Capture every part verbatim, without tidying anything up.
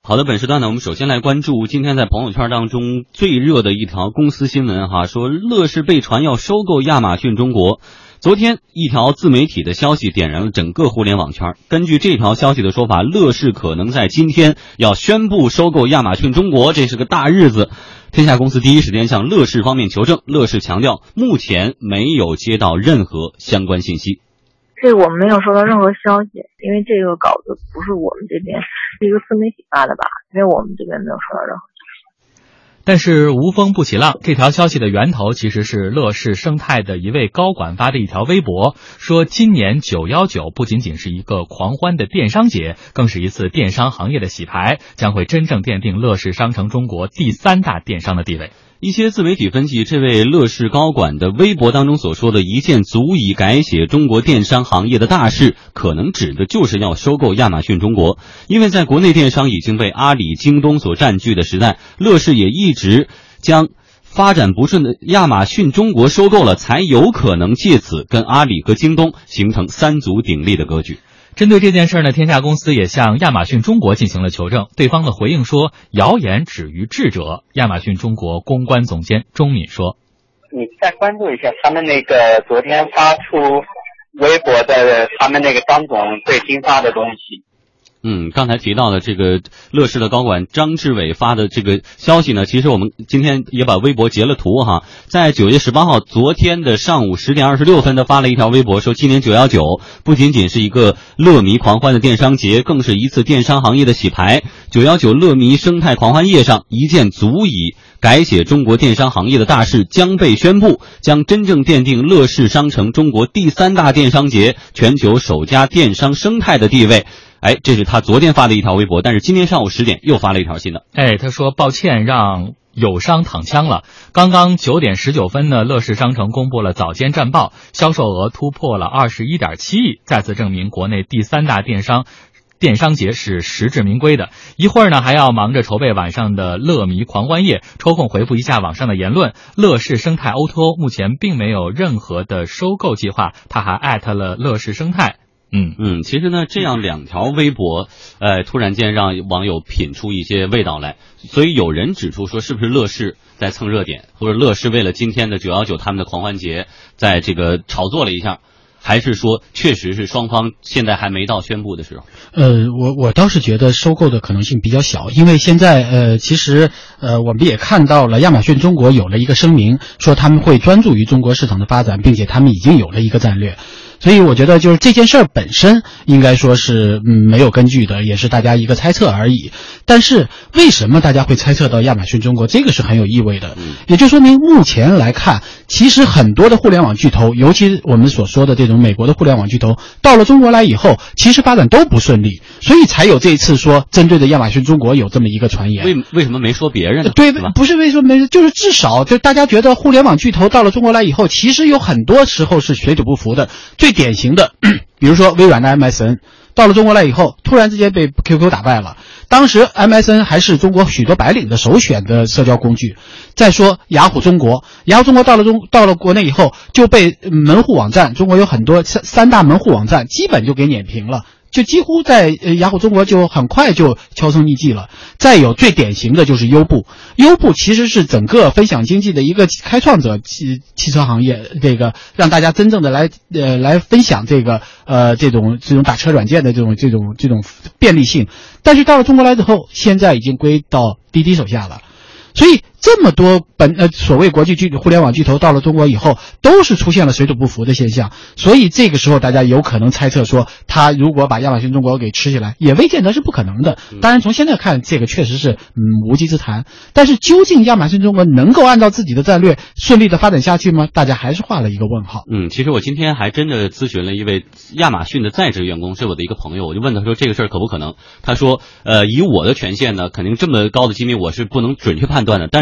好的，本时段呢，我们首先来关注今天在朋友圈当中最热的一条公司新闻哈，说乐视被传要收购亚马逊中国。昨天一条自媒体的消息点燃了整个互联网圈。根据这条消息的说法，乐视可能在今天要宣布收购亚马逊中国，这是个大日子。天下公司第一时间向乐视方面求证，乐视强调目前没有接到任何相关信息。 这个我们没有收到任何消息，因为这个稿子不是我们这边，是一个自媒体发的吧，因为我们这边没有收到任何消息。 但是无风不起浪，这条消息的源头其实是乐视生态的一位高管发的一条微博，说今年九一九不仅仅是一个狂欢的电商节，更是一次电商行业的洗牌，将会真正奠定乐视商城中国第三大电商的地位。 一些自媒体分析，这位乐视高管的微博当中所说的一件足以改写中国电商行业的大事，可能指的就是要收购亚马逊中国。因为在国内电商已经被阿里、京东所占据的时代，乐视也一直将发展不顺的亚马逊中国收购了，才有可能借此跟阿里和京东形成三足鼎立的格局。 针对这件事呢，天下公司也向亚马逊中国进行了求证，对方的回应说谣言止于智者。亚马逊中国公关总监钟敏说， 你再关注一下他们那个昨天发出微博的他们那个张总最新发的东西。 嗯，刚才提到的这个乐视的高管张志伟发的这个消息呢，其实我们今天也把微博截了图哈，在九月十八号昨天的上午十点二十六分，他发了一条微博说，今年九一九不仅仅是一个乐迷狂欢的电商节，更是一次电商行业的洗牌。九一九乐迷生态狂欢夜上，一件足以改写中国电商行业的大事将被宣布，将真正奠定乐视商城中国第三大电商节、全球首家电商生态的地位。哎，这是他昨天发的一条微博，但是今天上午十点又发了一条新的。 哎，他说抱歉让友商躺枪了。刚刚九点十九分呢，乐视商城公布了早间战报，销售额突破了二十一点七亿，再次证明国内第三大电商电商节是实至名归的。一会儿呢，还要忙着筹备晚上的乐迷狂欢夜，抽空回复一下网上的言论。乐视生态 O to O 目前并没有任何的收购计划，他还艾特了乐视生态。嗯嗯，其实呢，这样两条微博，呃，突然间让网友品出一些味道来，所以有人指出说，是不是乐视在蹭热点，或者乐视为了今天的九一九他们的狂欢节，在这个炒作了一下，还是说确实是双方现在还没到宣布的时候？ 呃，我我倒是觉得收购的可能性比较小，因为现在呃，其实呃，我们也看到了亚马逊中国有了一个声明，说他们会专注于中国市场的发展，并且他们已经有了一个战略。所以我觉得就是这件事儿本身应该说是嗯没有根据的，也是大家一个猜测而已。但是为什么大家会猜测到亚马逊中国，这个是很有意味的，也就说明目前来看，其实很多的互联网巨头，尤其我们所说的这种美国的互联网巨头，到了中国来以后，其实发展都不顺利，所以才有这一次说针对的亚马逊中国有这么一个传言。 为为什么没说别人呢？ 对，不是为什么没，就是至少就大家觉得互联网巨头到了中国来以后，其实有很多时候是水土不服的。最典型的，比如说微软的 M S N 到了中国来以后，突然之间被 Q Q 打败了。当时 M S N 还是中国许多白领的首选的社交工具。再说雅虎中国，雅虎中国到了中到了国内以后，就被门户网站，中国有很多三三大门户网站，基本就给碾平了。就几乎在呃雅虎中国就很快就销声匿迹了。再有最典型的就是优步，优步其实是整个分享经济的一个开创者，汽汽车行业这个让大家真正的来呃来分享这个呃这种这种打车软件的这种这种这种便利性。但是到了中国来之后，现在已经归到滴滴手下了。所以这么多本呃所谓国际巨互联网巨头到了中国以后，都是出现了水土不服的现象。所以这个时候大家有可能猜测说，他如果把亚马逊中国给吃起来，也未见得是不可能的。当然从现在看，这个确实是嗯无稽之谈。但是究竟亚马逊中国能够按照自己的战略顺利的发展下去吗？大家还是画了一个问号。 嗯，其实我今天还真的咨询了一位亚马逊的在职员工，是我的一个朋友，我就问他说这个事儿可不可能？他说，呃，以我的权限呢，肯定这么高的机密我是不能准确判断的，但是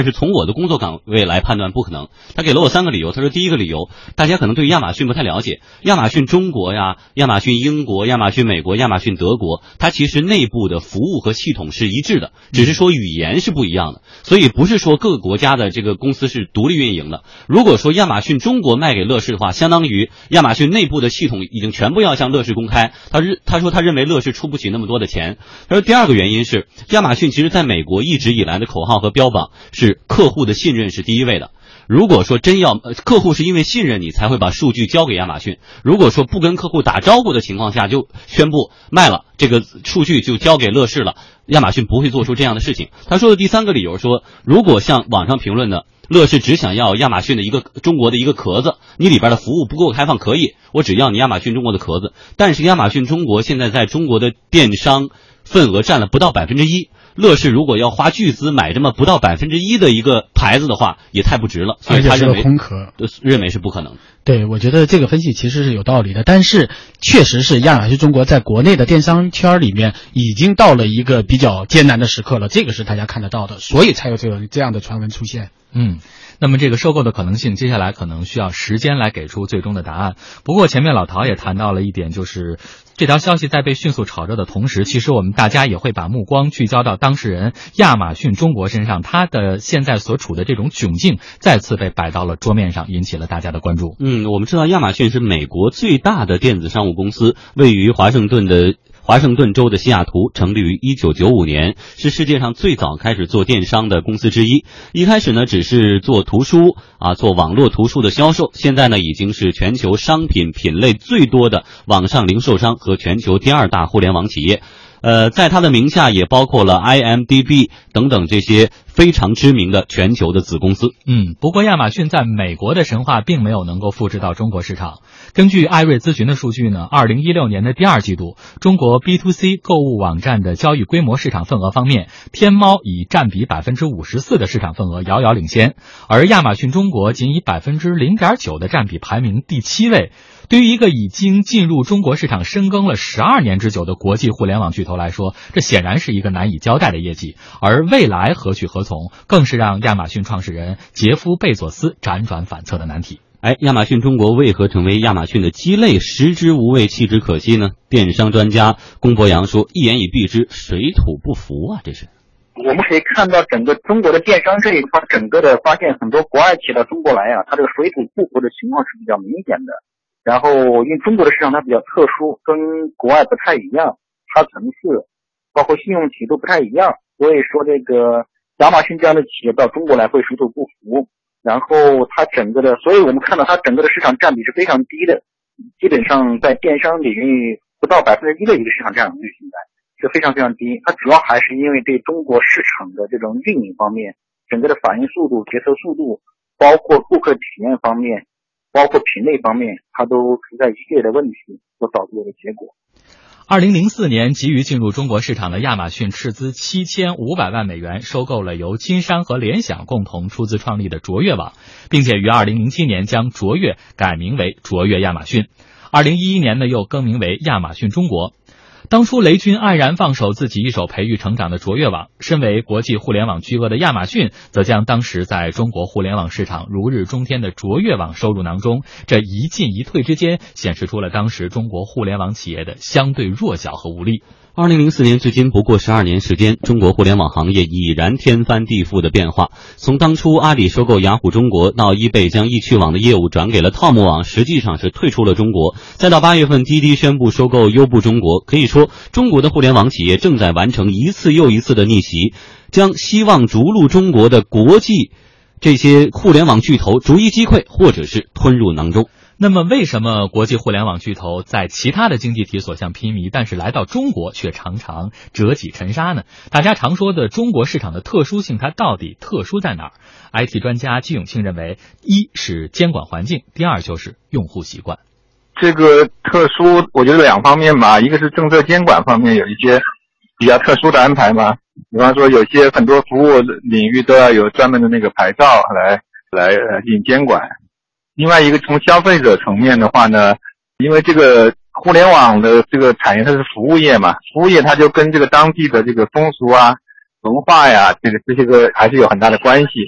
是从我的工作岗位来判断不可能。他给了我三个理由，他说第一个理由，大家可能对亚马逊不太了解，亚马逊中国呀、亚马逊英国、亚马逊美国、亚马逊德国，它其实内部的服务和系统是一致的，只是说语言是不一样的，所以不是说各个国家的这个公司是独立运营的。如果说亚马逊中国卖给乐视的话，相当于亚马逊内部的系统已经全部要向乐视公开，他认他说他认为乐视出不起那么多的钱。他说第二个原因是亚马逊其实在美国一直以来的口号和标榜是客户的信任是第一位的。如果说真要、呃、客户是因为信任你才会把数据交给亚马逊，如果说不跟客户打招呼的情况下就宣布卖了，这个数据就交给乐视了，亚马逊不会做出这样的事情。他说的第三个理由说，如果像网上评论的乐视只想要亚马逊的一个中国的一个壳子，你里边的服务不够开放可以，我只要你亚马逊中国的壳子，但是亚马逊中国现在在中国的电商份额占了不到百分之一，乐视如果要花巨资买这么不到百分之一的一个牌子的话，也太不值了，所以他认为空壳， 认为是不可能。 对，我觉得这个分析其实是有道理的，但是确实是亚马逊中国在国内的电商圈里面已经到了一个比较艰难的时刻了，这个是大家看得到的，所以才有这种这样的传闻出现。 嗯，那么这个收购的可能性，接下来可能需要时间来给出最终的答案。不过前面老陶也谈到了一点，就是这条消息在被迅速炒热的同时，其实我们大家也会把目光聚焦到当事人亚马逊中国身上，他的现在所处的这种窘境再次被摆到了桌面上，引起了大家的关注。 嗯，我们知道亚马逊是美国最大的电子商务公司，位于华盛顿的华盛顿州的西雅图，成立于一九九五年，是世界上最早开始做电商的公司之一。一开始呢，只是做图书啊，做网络图书的销售，现在呢，已经是全球商品品类最多的网上零售商和全球第二大互联网企业。呃，在它的名下也包括了 I M D B 等等这些非常知名的全球的子公司。 嗯，不过亚马逊在美国的神话并没有能够复制到中国市场。根据艾瑞咨询的数据呢，二零一六年的第二季度，中国 B to C 购物网站的交易规模市场份额方面，天猫以占比 百分之五十四 的市场份额遥遥领先，而亚马逊中国仅以 百分之零点九 的占比排名第七位。对于一个已经进入中国市场深耕了十二年之久的国际互联网巨头来说，这显然是一个难以交代的业绩，而未来何去何从，更是让亚马逊创始人杰夫·贝佐斯辗转反侧的难题。 哎，亚马逊中国为何成为亚马逊的鸡肋？食之无味，弃之可惜呢？电商专家龚博洋说：“一言以蔽之，水土不服啊！”这是。 我们可以看到整个中国的电商这一块，整个的发现很多国外企业到中国来啊，它这个水土不服的情况是比较明显的。然后因为中国的市场它比较特殊，跟国外不太一样，它层次包括信用体都不太一样，所以说这个亚马逊这样的企业到中国来会水土不服。然后它整个的，所以我们看到它整个的市场占比是非常低的，基本上在电商领域不到百分之一的一个市场占有率，现在是非常非常低。它主要还是因为对中国市场的这种运营方面，整个的反应速度、决策速度，包括顾客体验方面，包括品类方面，它都存在一系列的问题，所导致的结果。 二零零四年，急于进入中国市场的亚马逊斥资七千五百万美元收购了由金山和联想共同出资创立的卓越网，并且于二零零七年将卓越改名为卓越亚马逊。二零一一年呢，又更名为亚马逊中国。当初雷军黯然放手自己一手培育成长的卓越网，身为国际互联网巨鳄的亚马逊，则将当时在中国互联网市场如日中天的卓越网收入囊中。这一进一退之间，显示出了当时中国互联网企业的相对弱小和无力。 二零零四年至今不过十二年时间，中国互联网行业已然天翻地覆的变化。从当初阿里收购雅虎中国，到易贝将易趣网的业务转给了套木网，实际上是退出了中国，再到八月份滴滴宣布收购优步中国，可以说中国的互联网企业正在完成一次又一次的逆袭，将希望逐鹿中国的国际这些互联网巨头逐一击溃，或者是吞入囊中。 那么为什么国际互联网巨头在其他的经济体所向披靡，但是来到中国却常常折戟沉沙呢？大家常说的中国市场的特殊性，它到底特殊在哪儿？ I T 专家季永庆认为，一是监管环境，第二就是用户习惯。 这个特殊我觉得两方面吧，一个是政策监管方面有一些比较特殊的安排嘛，比方说有些很多服务领域都要有专门的那个牌照来来进行监管。另外一个从消费者层面的话呢，因为这个互联网的这个产业它是服务业嘛，服务业它就跟这个当地的这个风俗啊、文化呀，这个这些个还是有很大的关系。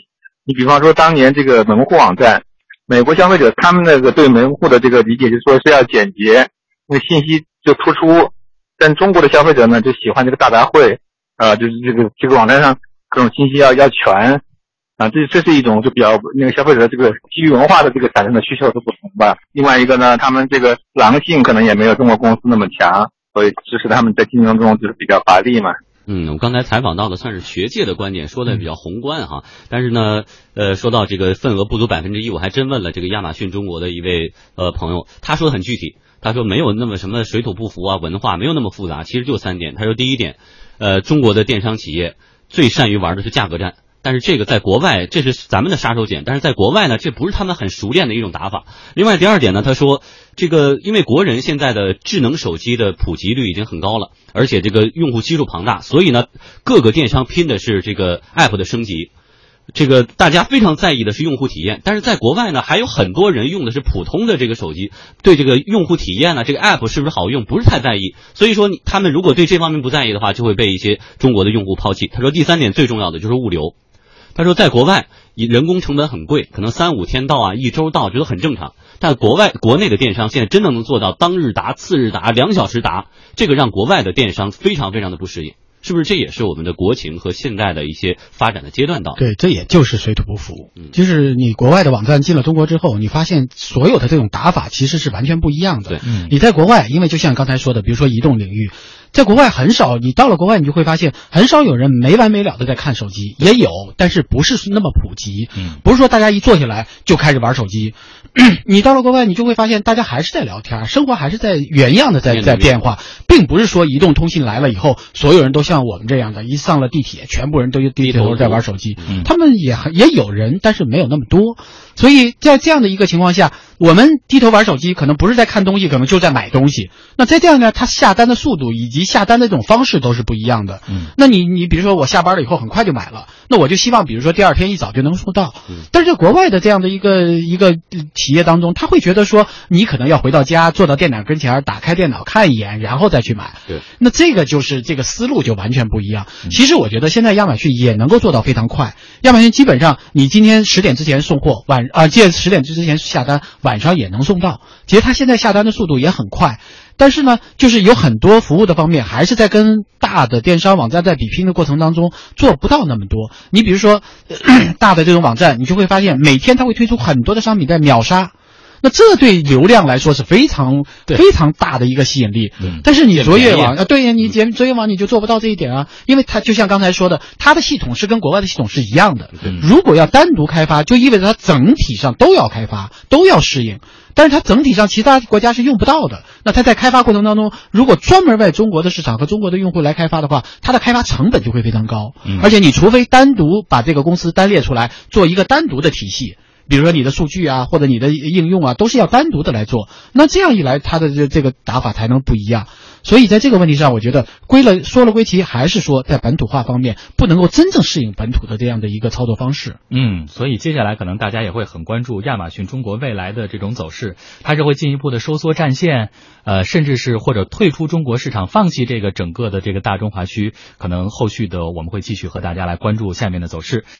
你比方说当年这个门户网站，美国消费者他们那个对门户的这个理解就是说是要简洁，那个信息就突出，但中国的消费者呢就喜欢这个大杂烩，呃，就是这个这个网站上各种信息要要全。啊，这这是一种就比较那个消费者这个基于文化的这个产生的需求的不同吧。另外一个呢，他们这个狼性可能也没有中国公司那么强，所以致使他们在竞争中就是比较乏力嘛。 嗯，我刚才采访到的算是学界的观点，说的比较宏观哈。但是呢，呃，说到这个份额不足百分之一，我还真问了这个亚马逊中国的一位呃朋友，他说的很具体，他说没有那么什么水土不服啊，文化没有那么复杂，其实就三点。他说第一点，呃，中国的电商企业最善于玩的是价格战。但是这个在国外，这是咱们的杀手锏，但是在国外呢，这不是他们很熟练的一种打法。另外第二点呢，他说这个因为国人现在的智能手机的普及率已经很高了，而且这个用户基数庞大，所以呢，各个电商拼的是这个 app 的升级。这个大家非常在意的是用户体验，但是在国外呢，还有很多人用的是普通的这个手机，对这个用户体验呢，这个 app 是不是好用，不是太在意。所以说你他们如果对这方面不在意的话，就会被一些中国的用户抛弃。他说第三点最重要的就是物流。他说在国外人工成本很贵，可能三五天到啊，一周到，觉得很正常。但国外国内的电商现在真的能做到当日达、次日达、两小时达，这个让国外的电商非常非常的不适应。是不是这也是我们的国情和现在的一些发展的阶段到？ 对，这也就是水土不服。嗯，就是你国外的网站进了中国之后，你发现所有的这种打法其实是完全不一样的。 对， 嗯，你在国外，因为就像刚才说的，比如说移动领域，在国外很少，你到了国外你就会发现很少有人没完没了的在看手机，也有，但是不是那么普及。 嗯， 不是说大家一坐下来就开始玩手机。你到了国外，你就会发现大家还是在聊天，生活还是在原样的在在变化，并不是说移动通信来了以后，所有人都像我们这样的，一上了地铁，全部人都低头在玩手机。 嗯， 他们也也有人，但是没有那么多。所以在这样的一个情况下，我们低头玩手机，可能不是在看东西，可能就在买东西。那在这样呢，他下单的速度以及下单的这种方式都是不一样的。 嗯， 那你你比如说我下班了以后很快就买了，那我就希望比如说第二天一早就能收到。 嗯， 但是国外的这样的一个一个企业当中，他会觉得说你可能要回到家，坐到电脑跟前，打开电脑看一眼，然后再去买。 对， 那这个就是这个思路就完全不一样。其实我觉得现在亚马逊也能够做到非常快。亚马逊基本上你今天十点之前送货，晚啊，借十点之前下单，晚上也能送到。其实他现在下单的速度也很快。但是呢，就是有很多服务的方面还是在跟大的电商网站在比拼的过程当中做不到那么多。你比如说大的这种网站，你就会发现每天它会推出很多的商品在秒杀，那这对流量来说是非常非常大的一个吸引力。 嗯， 但是你卓越网啊，对呀，你卓越网你就做不到这一点啊，因为它就像刚才说的，它的系统是跟国外的系统是一样的。如果要单独开发，就意味着它整体上都要开发，都要适应。但是它整体上其他国家是用不到的。那它在开发过程当中，如果专门为中国的市场和中国的用户来开发的话，它的开发成本就会非常高。 嗯， 而且你除非单独把这个公司单列出来，做一个单独的体系。比如说你的数据啊，或者你的应用啊，都是要单独的来做。那这样一来，它的这这个打法才能不一样。所以在这个问题上，我觉得归了说了归齐，还是说在本土化方面不能够真正适应本土的这样的一个操作方式。 嗯，所以接下来可能大家也会很关注亚马逊中国未来的这种走势，它是会进一步的收缩战线，呃，甚至是或者退出中国市场，放弃这个整个的这个大中华区。可能后续的我们会继续和大家来关注下面的走势。